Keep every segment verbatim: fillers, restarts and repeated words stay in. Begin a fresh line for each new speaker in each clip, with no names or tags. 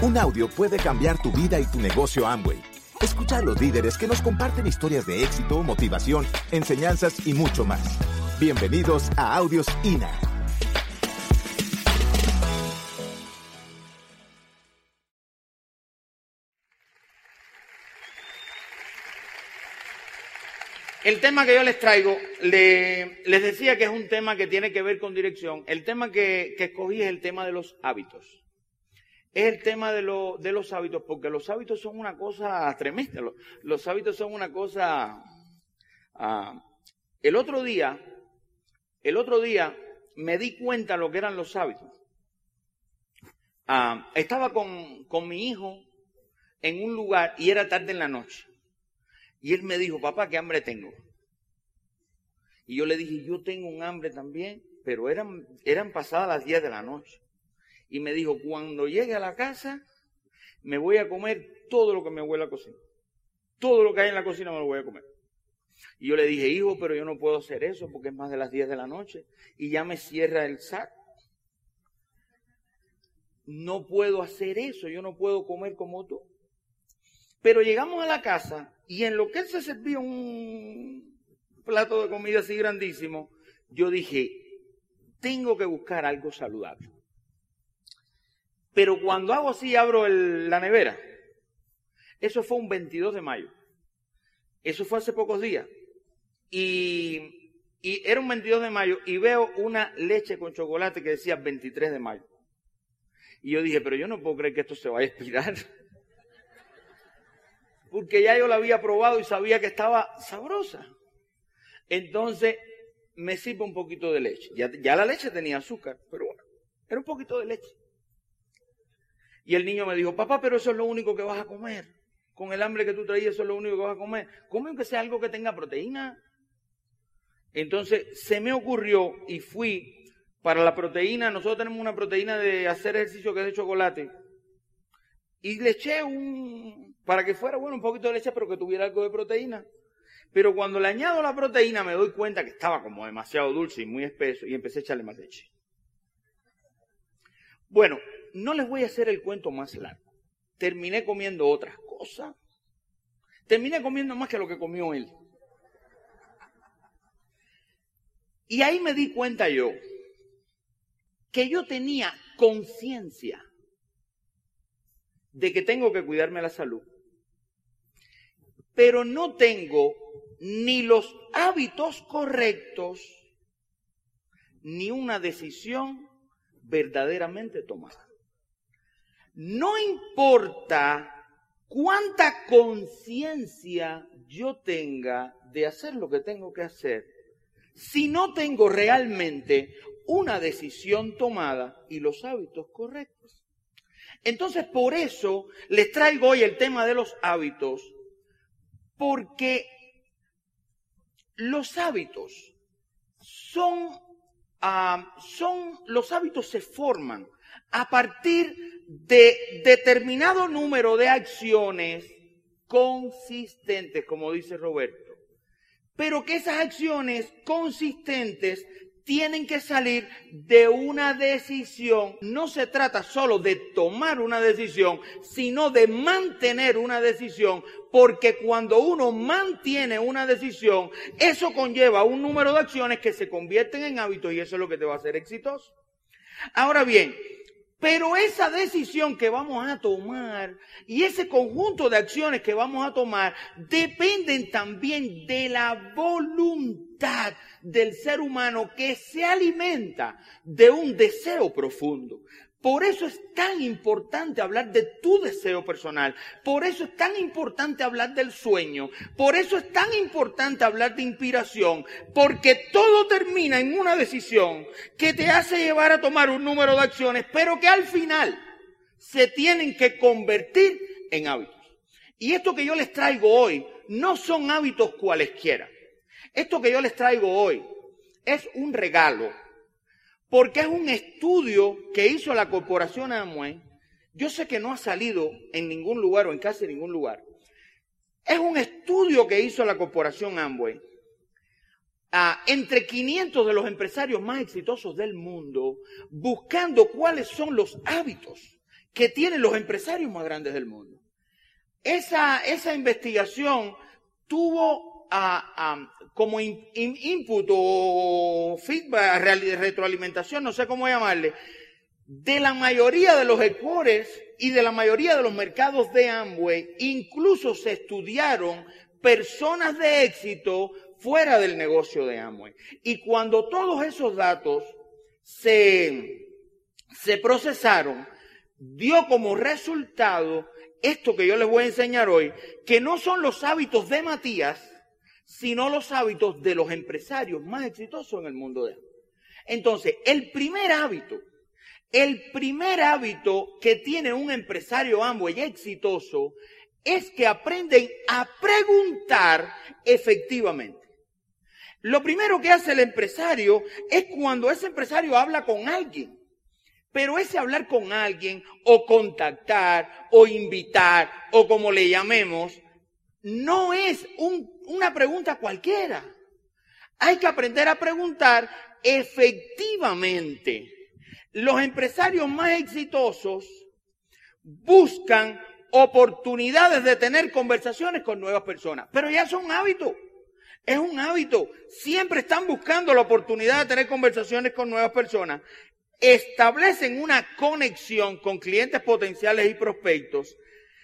Un audio puede cambiar tu vida y tu negocio Amway. Escucha a los líderes que nos comparten historias de éxito, motivación, enseñanzas y mucho más. Bienvenidos a Audios I N A.
El tema que yo les traigo, le, les decía que es un tema que tiene que ver con dirección. El tema que, que escogí es el tema de los hábitos. Es el tema de, lo, de los hábitos, porque los hábitos son una cosa tremenda. Los, los hábitos son una cosa... Uh, el otro día, el otro día me di cuenta lo que eran los hábitos. Uh, estaba con, con mi hijo en un lugar y era tarde en la noche. Y él me dijo, papá, ¿qué hambre tengo? Y yo le dije, yo tengo un hambre también, pero eran, eran pasadas las diez de la noche. Y me dijo, cuando llegue a la casa, me voy a comer todo lo que mi abuela cocina. Todo lo que hay en la cocina me lo voy a comer. Y yo le dije, hijo, pero yo no puedo hacer eso porque es más de las diez de la noche. Y ya me cierra el saco. No puedo hacer eso, yo no puedo comer como tú. Pero llegamos a la casa y en lo que él se servía un plato de comida así grandísimo, yo dije, tengo que buscar algo saludable. Pero cuando hago así, abro el, la nevera. Eso fue un veintidós de mayo. Eso fue hace pocos días. Y, y era un veintidós de mayo y veo una leche con chocolate que decía veintitrés de mayo. Y yo dije, pero yo no puedo creer que esto se vaya a expirar. Porque ya yo la había probado y sabía que estaba sabrosa. Entonces me sirvo un poquito de leche. Ya, ya la leche tenía azúcar, pero bueno, era un poquito de leche. Y el niño me dijo, papá, pero eso es lo único que vas a comer. Con el hambre que tú traías, eso es lo único que vas a comer. Come aunque sea algo que tenga proteína. Entonces se me ocurrió y fui para la proteína. Nosotros tenemos una proteína de hacer ejercicio que es de chocolate. Y le eché un, para que fuera, bueno, un poquito de leche, pero que tuviera algo de proteína. Pero cuando le añado la proteína me doy cuenta que estaba como demasiado dulce y muy espeso y empecé a echarle más leche. Bueno, no les voy a hacer el cuento más largo. Terminé comiendo otras cosas. Terminé comiendo más que lo que comió él. Y ahí me di cuenta yo que yo tenía conciencia de que tengo que cuidarme la salud, pero no tengo ni los hábitos correctos, ni una decisión verdaderamente tomada. No importa cuánta conciencia yo tenga de hacer lo que tengo que hacer, si no tengo realmente una decisión tomada y los hábitos correctos. Entonces, por eso les traigo hoy el tema de los hábitos, porque los hábitos son, uh, son, los hábitos se forman a partir de determinado número de acciones consistentes, como dice Roberto. Pero que esas acciones consistentes tienen que salir de una decisión. No se trata solo de tomar una decisión, sino de mantener una decisión, porque cuando uno mantiene una decisión, eso conlleva un número de acciones que se convierten en hábitos y eso es lo que te va a hacer exitoso. Ahora bien, pero esa decisión que vamos a tomar y ese conjunto de acciones que vamos a tomar dependen también de la voluntad del ser humano que se alimenta de un deseo profundo. Por eso es tan importante hablar de tu deseo personal. Por eso es tan importante hablar del sueño. Por eso es tan importante hablar de inspiración. Porque todo termina en una decisión que te hace llevar a tomar un número de acciones, pero que al final se tienen que convertir en hábitos. Y esto que yo les traigo hoy no son hábitos cualesquiera. Esto que yo les traigo hoy es un regalo. Porque es un estudio que hizo la corporación Amway. Yo sé que no ha salido en ningún lugar o en casi ningún lugar. Es un estudio que hizo la corporación Amway. Ah, entre quinientos de los empresarios más exitosos del mundo, buscando cuáles son los hábitos que tienen los empresarios más grandes del mundo. Esa, esa investigación tuvo a, a, como in, in, input o feedback, retroalimentación, no sé cómo llamarle, de la mayoría de los headquarters y de la mayoría de los mercados de Amway. Incluso se estudiaron personas de éxito fuera del negocio de Amway. Y cuando todos esos datos se, se procesaron, dio como resultado esto que yo les voy a enseñar hoy, que no son los hábitos de Matías, sino los hábitos de los empresarios más exitosos en el mundo de Amway. Entonces, el primer hábito, el primer hábito que tiene un empresario Amway exitoso es que aprenden a preguntar efectivamente. Lo primero que hace el empresario es cuando ese empresario habla con alguien. Pero ese hablar con alguien, o contactar, o invitar, o como le llamemos, no es un, una pregunta cualquiera. Hay que aprender a preguntar efectivamente. Los empresarios más exitosos buscan oportunidades de tener conversaciones con nuevas personas. Pero ya son hábitos. Es un hábito. Siempre están buscando la oportunidad de tener conversaciones con nuevas personas. Establecen una conexión con clientes potenciales y prospectos.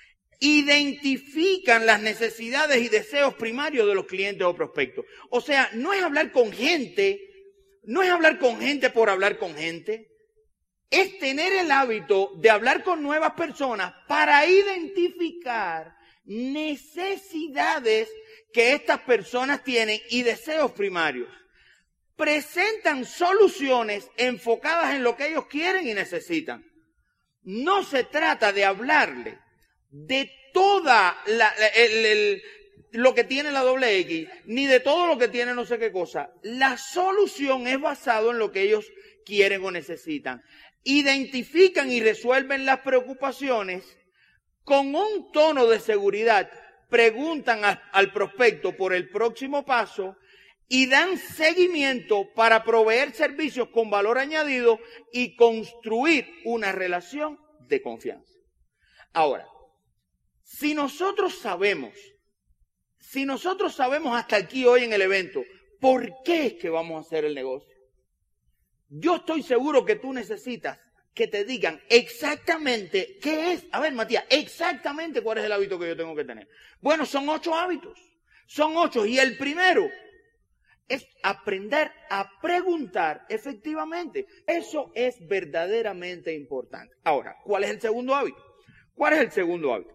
Identifican las necesidades y deseos primarios de los clientes o prospectos. O sea, no es hablar con gente, no es hablar con gente por hablar con gente. Es tener el hábito de hablar con nuevas personas para identificar necesidades que estas personas tienen y deseos primarios. Presentan soluciones enfocadas en lo que ellos quieren y necesitan. No se trata de hablarle de toda la, el, el, lo que tiene la doble X, ni de todo lo que tiene no sé qué cosa. La solución es basada en lo que ellos quieren o necesitan. Identifican y resuelven las preocupaciones con un tono de seguridad. Preguntan a, al prospecto por el próximo paso y dan seguimiento para proveer servicios con valor añadido y construir una relación de confianza. Ahora, si nosotros sabemos, si nosotros sabemos hasta aquí hoy en el evento, ¿por qué es que vamos a hacer el negocio? Yo estoy seguro que tú necesitas que te digan exactamente qué es. A ver, Matías, exactamente cuál es el hábito que yo tengo que tener. Bueno, son ocho hábitos. Son ocho. Y el primero es aprender a preguntar efectivamente. Eso es verdaderamente importante. Ahora, ¿cuál es el segundo hábito? ¿Cuál es el segundo hábito?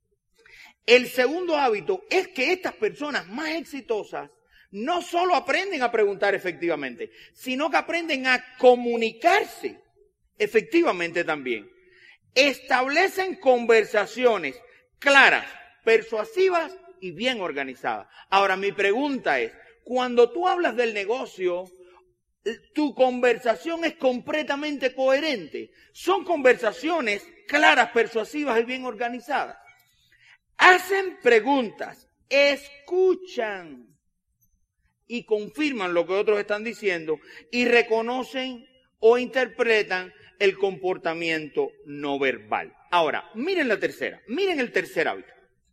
El segundo hábito es que estas personas más exitosas no solo aprenden a preguntar efectivamente, sino que aprenden a comunicarse efectivamente también. Establecen conversaciones claras, persuasivas y bien organizadas. Ahora, mi pregunta es, cuando tú hablas del negocio, tu conversación es completamente coherente. Son conversaciones claras, persuasivas y bien organizadas. Hacen preguntas, escuchan y confirman lo que otros están diciendo y reconocen o interpretan el comportamiento no verbal. Ahora, miren la tercera, miren el tercer hábito.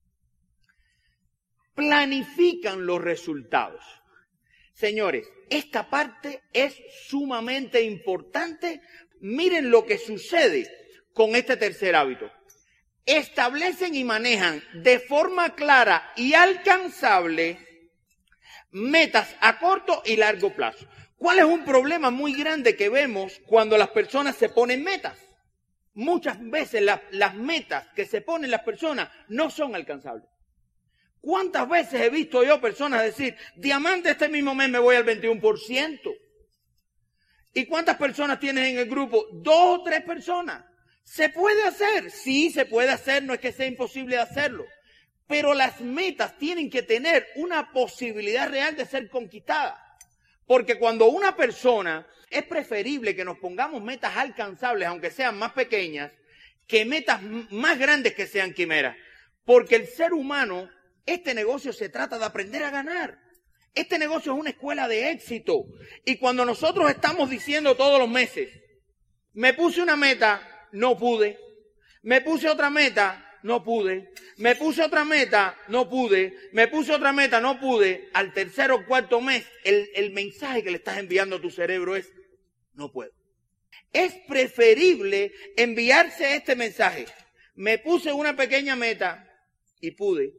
Planifican los resultados. Señores, esta parte es sumamente importante. Miren lo que sucede con este tercer hábito. Establecen y manejan de forma clara y alcanzable metas a corto y largo plazo. ¿Cuál es un problema muy grande que vemos cuando las personas se ponen metas? Muchas veces la, las metas que se ponen las personas no son alcanzables. ¿Cuántas veces he visto yo personas decir, diamante, este mismo mes me voy al veintiuno por ciento? ¿Y cuántas personas tienes en el grupo? Dos o tres personas. ¿Se puede hacer? Sí, se puede hacer, no es que sea imposible hacerlo. Pero las metas tienen que tener una posibilidad real de ser conquistadas. Porque cuando una persona, es preferible que nos pongamos metas alcanzables, aunque sean más pequeñas, que metas más grandes que sean quimeras. Porque el ser humano, este negocio se trata de aprender a ganar. Este negocio es una escuela de éxito. Y cuando nosotros estamos diciendo todos los meses, me puse una meta, no pude. Me puse otra meta, no pude. Me puse otra meta, no pude. Me puse otra meta, no pude. Al tercer o cuarto mes, el, el mensaje que le estás enviando a tu cerebro es, no puedo. Es preferible enviarse este mensaje. Me puse una pequeña meta y pude.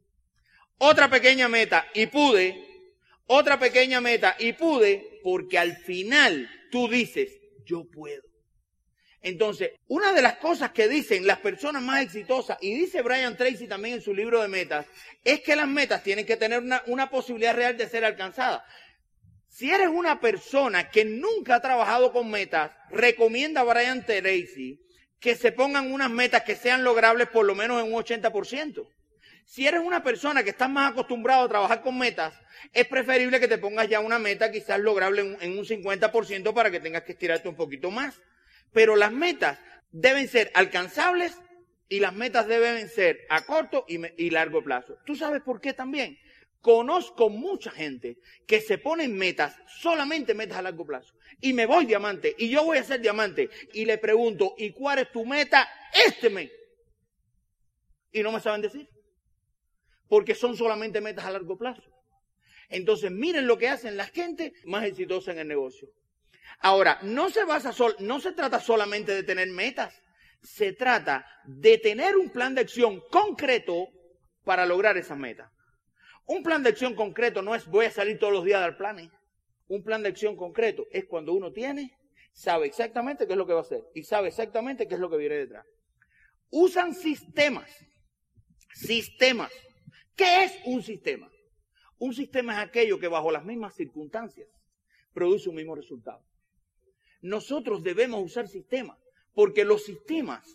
Otra pequeña meta y pude. Otra pequeña meta y pude, porque al final tú dices, yo puedo. Entonces, una de las cosas que dicen las personas más exitosas, y dice Brian Tracy también en su libro de metas, es que las metas tienen que tener una, una posibilidad real de ser alcanzadas. Si eres una persona que nunca ha trabajado con metas, recomienda a Brian Tracy que se pongan unas metas que sean logrables por lo menos en un ochenta por ciento. Si eres una persona que estás más acostumbrado a trabajar con metas, es preferible que te pongas ya una meta quizás lograble en, en un cincuenta por ciento para que tengas que estirarte un poquito más. Pero las metas deben ser alcanzables y las metas deben ser a corto y, y largo plazo. ¿Tú sabes por qué también? Conozco mucha gente que se ponen metas, solamente metas a largo plazo. Y me voy diamante, y yo voy a ser diamante. Y le pregunto, ¿y cuál es tu meta este mes? Y no me saben decir. Porque son solamente metas a largo plazo. Entonces, miren lo que hacen la gente más exitosa en el negocio. Ahora, no se basa sol, no se trata solamente de tener metas. Se trata de tener un plan de acción concreto para lograr esas metas. Un plan de acción concreto no es voy a salir todos los días a dar planes. Un plan de acción concreto es cuando uno tiene, sabe exactamente qué es lo que va a hacer y sabe exactamente qué es lo que viene detrás. Usan sistemas. Sistemas. ¿Qué es un sistema? Un sistema es aquello que bajo las mismas circunstancias produce un mismo resultado. Nosotros debemos usar sistemas porque los sistemas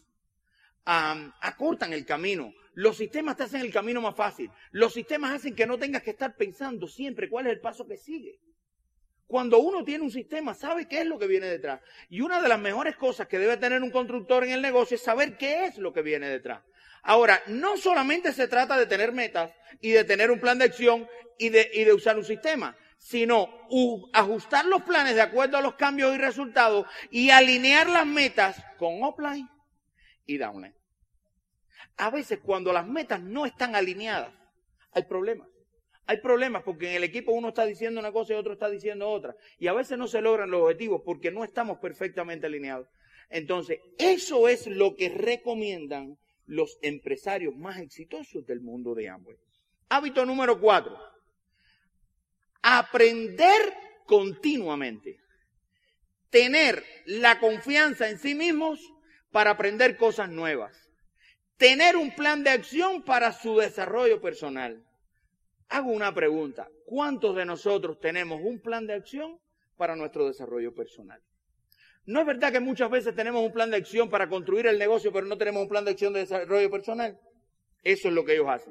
um, acortan el camino. Los sistemas te hacen el camino más fácil. Los sistemas hacen que no tengas que estar pensando siempre cuál es el paso que sigue. Cuando uno tiene un sistema, sabe qué es lo que viene detrás. Y una de las mejores cosas que debe tener un constructor en el negocio es saber qué es lo que viene detrás. Ahora, no solamente se trata de tener metas y de tener un plan de acción y de, y de usar un sistema, sino uh, ajustar los planes de acuerdo a los cambios y resultados y alinear las metas con offline y downline. A veces cuando las metas no están alineadas, hay problemas. Hay problemas porque en el equipo uno está diciendo una cosa y otro está diciendo otra. Y a veces no se logran los objetivos porque no estamos perfectamente alineados. Entonces, eso es lo que recomiendan los empresarios más exitosos del mundo de Amway. Hábito número cuatro. Aprender continuamente. Tener la confianza en sí mismos para aprender cosas nuevas. Tener un plan de acción para su desarrollo personal. Hago una pregunta. ¿Cuántos de nosotros tenemos un plan de acción para nuestro desarrollo personal? ¿No es verdad que muchas veces tenemos un plan de acción para construir el negocio, pero no tenemos un plan de acción de desarrollo personal? Eso es lo que ellos hacen.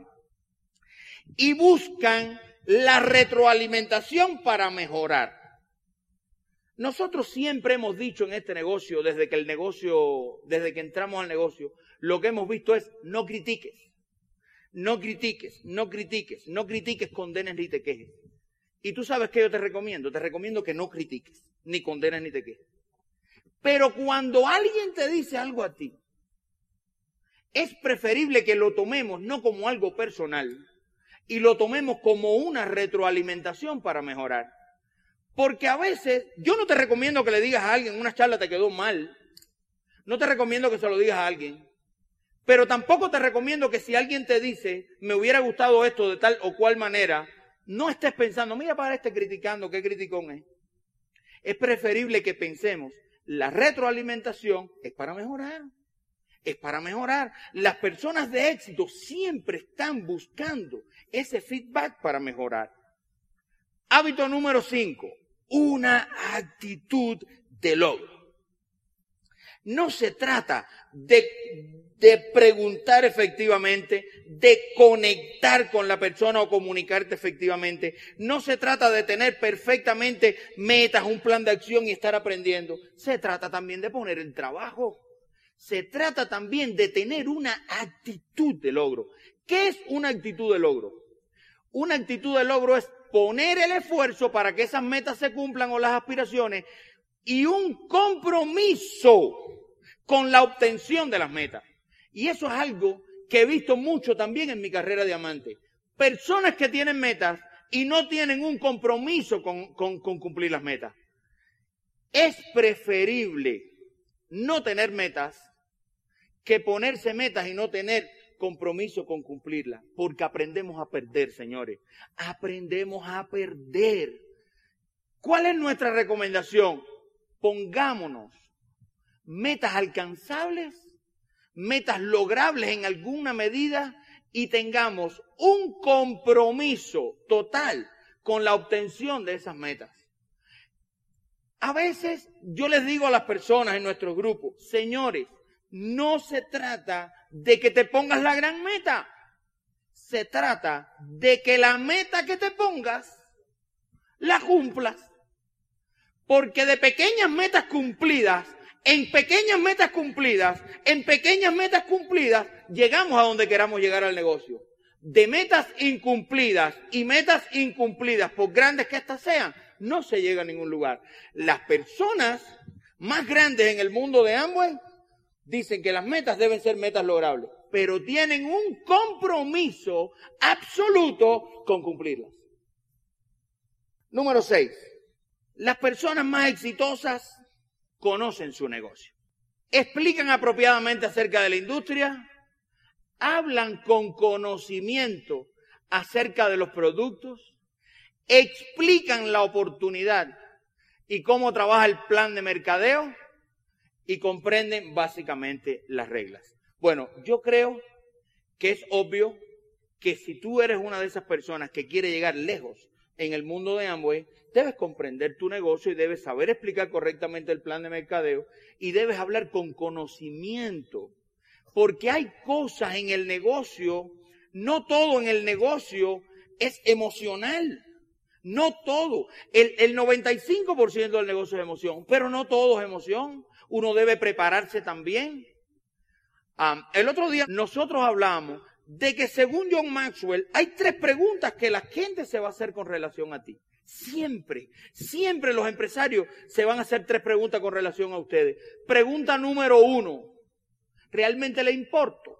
Y buscan la retroalimentación para mejorar. Nosotros siempre hemos dicho en este negocio, desde que el negocio, desde que entramos al negocio, lo que hemos visto es no critiques. No critiques, no critiques, no critiques, condenes ni te quejes. Y tú sabes que yo te recomiendo, te recomiendo que no critiques, ni condenes ni te quejes. Pero cuando alguien te dice algo a ti, es preferible que lo tomemos no como algo personal y lo tomemos como una retroalimentación para mejorar. Porque a veces, yo no te recomiendo que le digas a alguien, una charla te quedó mal. No te recomiendo que se lo digas a alguien. Pero tampoco te recomiendo que si alguien te dice, me hubiera gustado esto de tal o cual manera, no estés pensando, mira para este criticando, qué criticón es. Es preferible que pensemos, la retroalimentación es para mejorar. Es para mejorar. Las personas de éxito siempre están buscando ese feedback para mejorar. Hábito número cinco. Una actitud de logro. No se trata de, de preguntar efectivamente, de conectar con la persona o comunicarte efectivamente. No se trata de tener perfectamente metas, un plan de acción y estar aprendiendo. Se trata también de poner el trabajo. Se trata también de tener una actitud de logro. ¿Qué es una actitud de logro? Una actitud de logro es poner el esfuerzo para que esas metas se cumplan o las aspiraciones y un compromiso con la obtención de las metas. Y eso es algo que he visto mucho también en mi carrera de diamante. Personas que tienen metas y no tienen un compromiso con, con, con cumplir las metas. Es preferible no tener metas que ponerse metas y no tener compromiso con cumplirlas. Porque aprendemos a perder, señores. Aprendemos a perder. ¿Cuál es nuestra recomendación? Pongámonos metas alcanzables, metas logrables en alguna medida y tengamos un compromiso total con la obtención de esas metas. A veces yo les digo a las personas en nuestro grupo, señores, no se trata de que te pongas la gran meta. Se trata de que la meta que te pongas la cumplas. Porque de pequeñas metas cumplidas, en pequeñas metas cumplidas, en pequeñas metas cumplidas, llegamos a donde queramos llegar al negocio. De metas incumplidas y metas incumplidas, por grandes que éstas sean, no se llega a ningún lugar. Las personas más grandes en el mundo de Amway dicen que las metas deben ser metas logrables, pero tienen un compromiso absoluto con cumplirlas. Número seis. Las personas más exitosas conocen su negocio. Explican apropiadamente acerca de la industria, hablan con conocimiento acerca de los productos, explican la oportunidad y cómo trabaja el plan de mercadeo y comprenden básicamente las reglas. Bueno, yo creo que es obvio que si tú eres una de esas personas que quiere llegar lejos en el mundo de Amway, debes comprender tu negocio y debes saber explicar correctamente el plan de mercadeo y debes hablar con conocimiento. Porque hay cosas en el negocio, no todo en el negocio es emocional. No todo. El, el noventa y cinco por ciento del negocio es emoción, pero no todo es emoción. Uno debe prepararse también. Um, el otro día nosotros hablamos de que según John Maxwell hay tres preguntas que la gente se va a hacer con relación a ti. Siempre, siempre los empresarios se van a hacer tres preguntas con relación a ustedes. Pregunta número uno, ¿realmente le importo?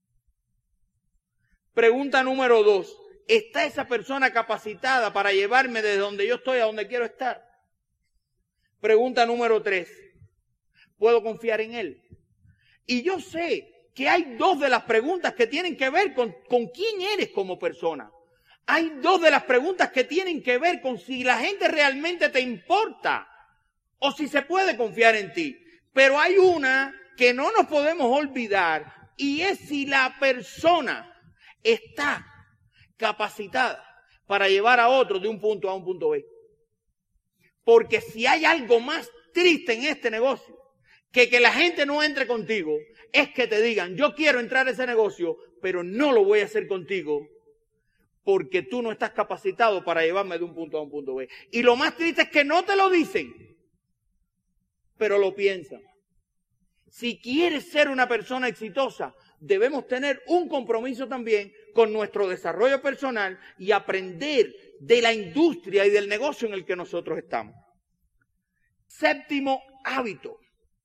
Pregunta número dos, ¿está esa persona capacitada para llevarme desde donde yo estoy a donde quiero estar? Pregunta número tres, ¿puedo confiar en él? Y yo sé que hay dos de las preguntas que tienen que ver con, con quién eres como persona. Hay dos de las preguntas que tienen que ver con si la gente realmente te importa o si se puede confiar en ti. Pero hay una que no nos podemos olvidar y es si la persona está capacitada para llevar a otro de un punto A a un punto B. Porque si hay algo más triste en este negocio que que la gente no entre contigo, es que te digan, yo quiero entrar a ese negocio, pero no lo voy a hacer contigo porque tú no estás capacitado para llevarme de un punto A a un punto B. Y lo más triste es que no te lo dicen, pero lo piensan. Si quieres ser una persona exitosa, debemos tener un compromiso también con nuestro desarrollo personal y aprender de la industria y del negocio en el que nosotros estamos. Séptimo hábito.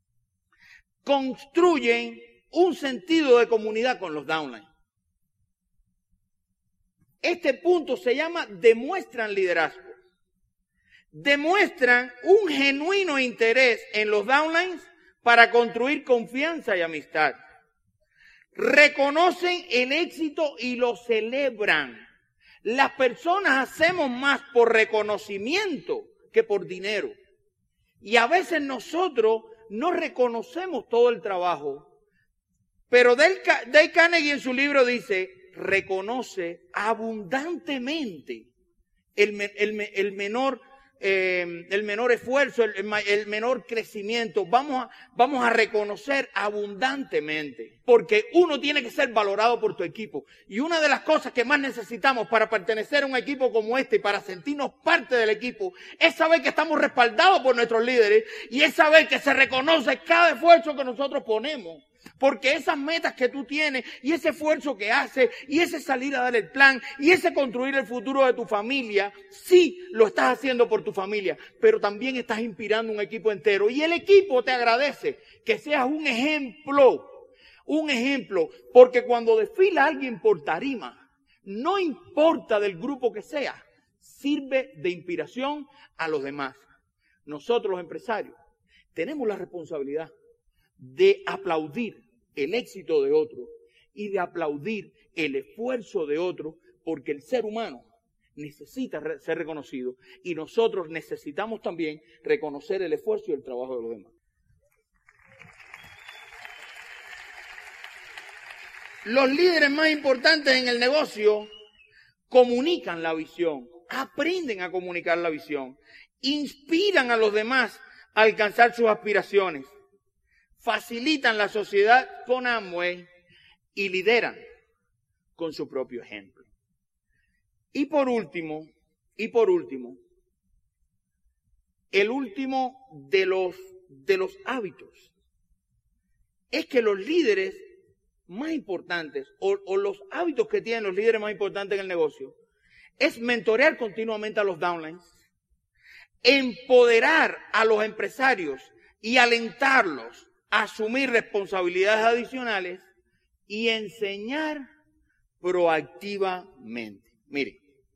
Construyen un sentido de comunidad con los downlines. Este punto se llama demuestran liderazgo. Demuestran un genuino interés en los downlines para construir confianza y amistad. Reconocen el éxito y lo celebran. Las personas hacemos más por reconocimiento que por dinero. Y a veces nosotros no reconocemos todo el trabajo. Pero Dale, Dale Carnegie en su libro dice, reconoce abundantemente el, el, el, menor, eh, el menor esfuerzo, el, el menor crecimiento. Vamos a, vamos a reconocer abundantemente. Porque uno tiene que ser valorado por tu equipo. Y una de las cosas que más necesitamos para pertenecer a un equipo como este y para sentirnos parte del equipo es saber que estamos respaldados por nuestros líderes y es saber que se reconoce cada esfuerzo que nosotros ponemos. Porque esas metas que tú tienes y ese esfuerzo que haces y ese salir a dar el plan y ese construir el futuro de tu familia, sí lo estás haciendo por tu familia, pero también estás inspirando un equipo entero y el equipo te agradece que seas un ejemplo, un ejemplo, porque cuando desfila alguien por tarima, no importa del grupo que sea, sirve de inspiración a los demás. Nosotros los empresarios tenemos la responsabilidad de aplaudir el éxito de otro y de aplaudir el esfuerzo de otro, porque el ser humano necesita ser reconocido y nosotros necesitamos también reconocer el esfuerzo y el trabajo de los demás. Los líderes más importantes en el negocio comunican la visión, aprenden a comunicar la visión, inspiran a los demás a alcanzar sus aspiraciones, facilitan la sociedad con Amway y lideran con su propio ejemplo. Y por último, y por último, el último de los, de los hábitos es que los líderes más importantes o, o los hábitos que tienen los líderes más importantes en el negocio es mentorear continuamente a los downlines, empoderar a los empresarios y alentarlos a asumir responsabilidades adicionales y enseñar proactivamente. Mire,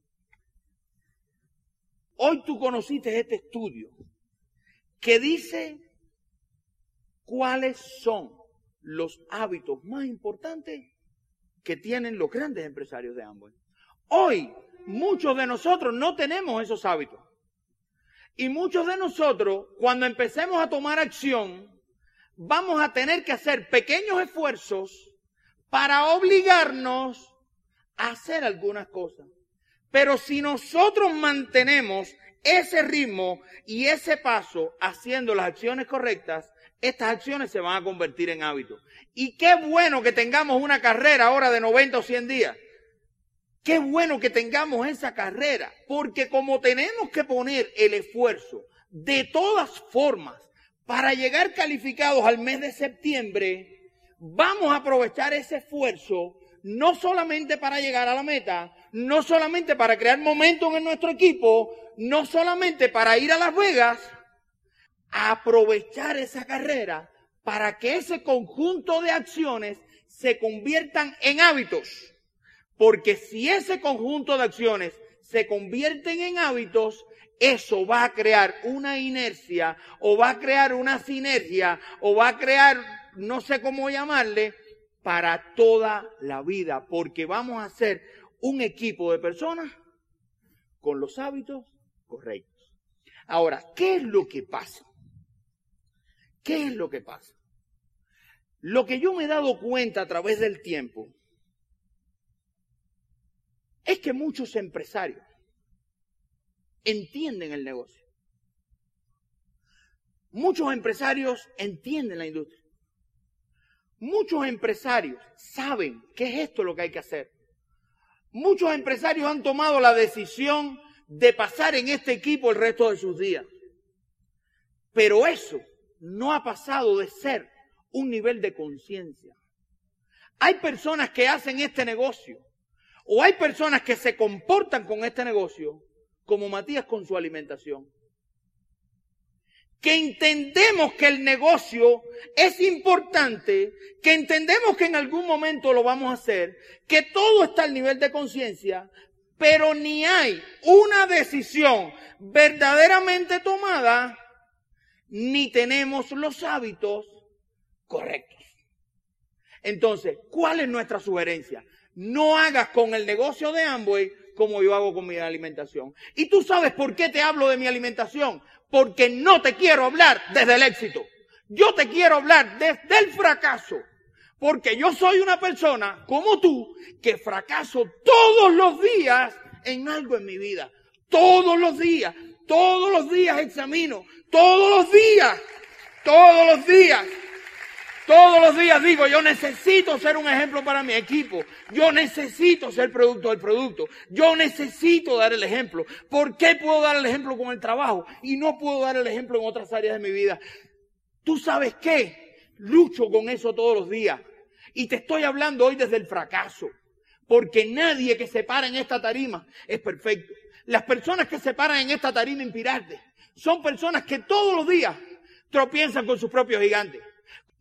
hoy tú conociste este estudio que dice cuáles son los hábitos más importantes que tienen los grandes empresarios de Amway. Hoy, muchos de nosotros no tenemos esos hábitos. Y muchos de nosotros, cuando empecemos a tomar acción, vamos a tener que hacer pequeños esfuerzos para obligarnos a hacer algunas cosas. Pero si nosotros mantenemos ese ritmo y ese paso haciendo las acciones correctas, estas acciones se van a convertir en hábitos. Y qué bueno que tengamos una carrera ahora de noventa o cien días. Qué bueno que tengamos esa carrera, porque como tenemos que poner el esfuerzo de todas formas para llegar calificados al mes de septiembre, vamos a aprovechar ese esfuerzo no solamente para llegar a la meta, no solamente para crear momentum en nuestro equipo, no solamente para ir a Las Vegas, a aprovechar esa carrera para que ese conjunto de acciones se conviertan en hábitos. Porque si ese conjunto de acciones se convierten en hábitos, eso va a crear una inercia o va a crear una sinergia o va a crear, no sé cómo llamarle, para toda la vida. Porque vamos a ser un equipo de personas con los hábitos correctos. Ahora, ¿qué es lo que pasa? ¿Qué es lo que pasa? Lo que yo me he dado cuenta a través del tiempo es que muchos empresarios entienden el negocio. Muchos empresarios entienden la industria. Muchos empresarios saben qué es esto lo que hay que hacer. Muchos empresarios han tomado la decisión de pasar en este equipo el resto de sus días. Pero eso no ha pasado de ser un nivel de conciencia. Hay personas que hacen este negocio, o hay personas que se comportan con este negocio como Matías con su alimentación. Que entendemos que el negocio es importante, que entendemos que en algún momento lo vamos a hacer, que todo está al nivel de conciencia, pero ni hay una decisión verdaderamente tomada, ni tenemos los hábitos correctos. Entonces, ¿cuál es nuestra sugerencia? No hagas con el negocio de Amway como yo hago con mi alimentación. ¿Y tú sabes por qué te hablo de mi alimentación? Porque no te quiero hablar desde el éxito. Yo te quiero hablar desde el fracaso. Porque yo soy una persona como tú que fracaso todos los días en algo en mi vida. Todos los días. Todos los días examino. Todos los días. Todos los días. Todos los días digo, yo necesito ser un ejemplo para mi equipo. Yo necesito ser producto del producto. Yo necesito dar el ejemplo. ¿Por qué puedo dar el ejemplo con el trabajo y no puedo dar el ejemplo en otras áreas de mi vida? ¿Tú sabes qué? Lucho con eso todos los días. Y te estoy hablando hoy desde el fracaso. Porque nadie que se para en esta tarima es perfecto. Las personas que se paran en esta tarima inspirarte son personas que todos los días tropiezan con sus propios gigantes.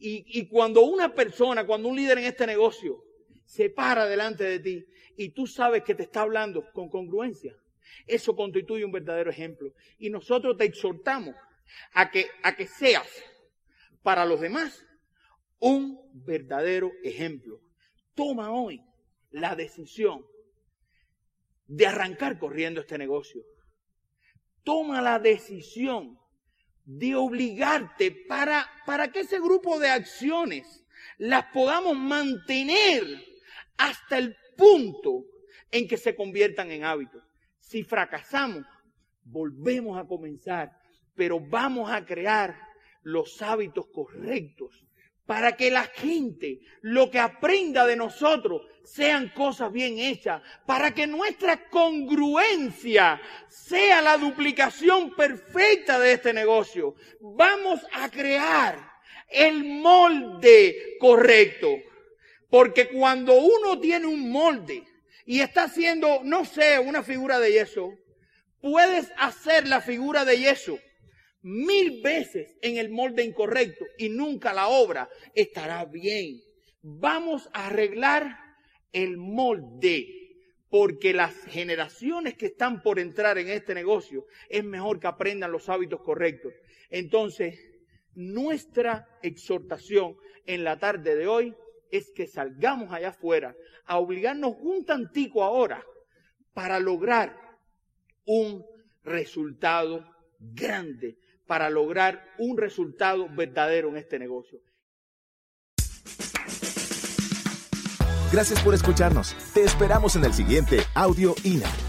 Y, y cuando una persona, cuando un líder en este negocio se para delante de ti y tú sabes que te está hablando con congruencia, eso constituye un verdadero ejemplo. Y nosotros te exhortamos a que, a que seas para los demás un verdadero ejemplo. Toma hoy la decisión de arrancar corriendo este negocio. Toma la decisión de obligarte para, para que ese grupo de acciones las podamos mantener hasta el punto en que se conviertan en hábitos. Si fracasamos, volvemos a comenzar, pero vamos a crear los hábitos correctos para que la gente, lo que aprenda de nosotros, sean cosas bien hechas, para que nuestra congruencia sea la duplicación perfecta de este negocio. Vamos a crear el molde correcto, porque cuando uno tiene un molde y está haciendo, no sé, una figura de yeso, puedes hacer la figura de yeso mil veces en el molde incorrecto y nunca la obra estará bien. Vamos a arreglar el molde, porque las generaciones que están por entrar en este negocio es mejor que aprendan los hábitos correctos. Entonces, nuestra exhortación en la tarde de hoy es que salgamos allá afuera a obligarnos un tantico ahora para lograr un resultado grande, para lograr un resultado verdadero en este negocio.
Gracias por escucharnos. Te esperamos en el siguiente Audio I N A.